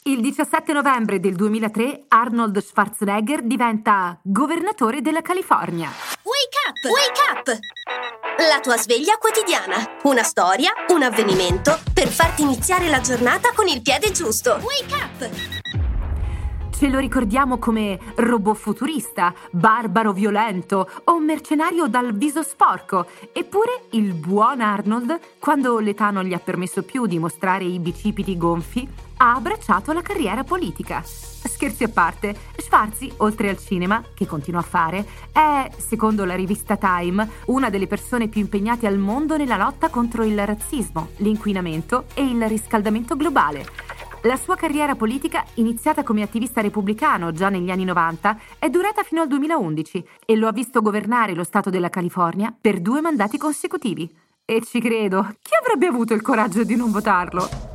Il 17 novembre del 2003 Arnold Schwarzenegger diventa governatore della California. Wake up! Wake up! La tua sveglia quotidiana. Una storia, un avvenimento per farti iniziare la giornata con il piede giusto. Wake up! Ce lo ricordiamo come robot futurista, barbaro violento o mercenario dal viso sporco. Eppure il buon Arnold, quando l'età non gli ha permesso più di mostrare i bicipiti gonfi, ha abbracciato la carriera politica. Scherzi a parte, Schwarzi, oltre al cinema, che continua a fare, è, secondo la rivista Time, una delle persone più impegnate al mondo nella lotta contro il razzismo, l'inquinamento e il riscaldamento globale. La sua carriera politica, iniziata come attivista repubblicano già negli anni 90, è durata fino al 2011 e lo ha visto governare lo stato della California per 2 mandati consecutivi. E ci credo, chi avrebbe avuto il coraggio di non votarlo?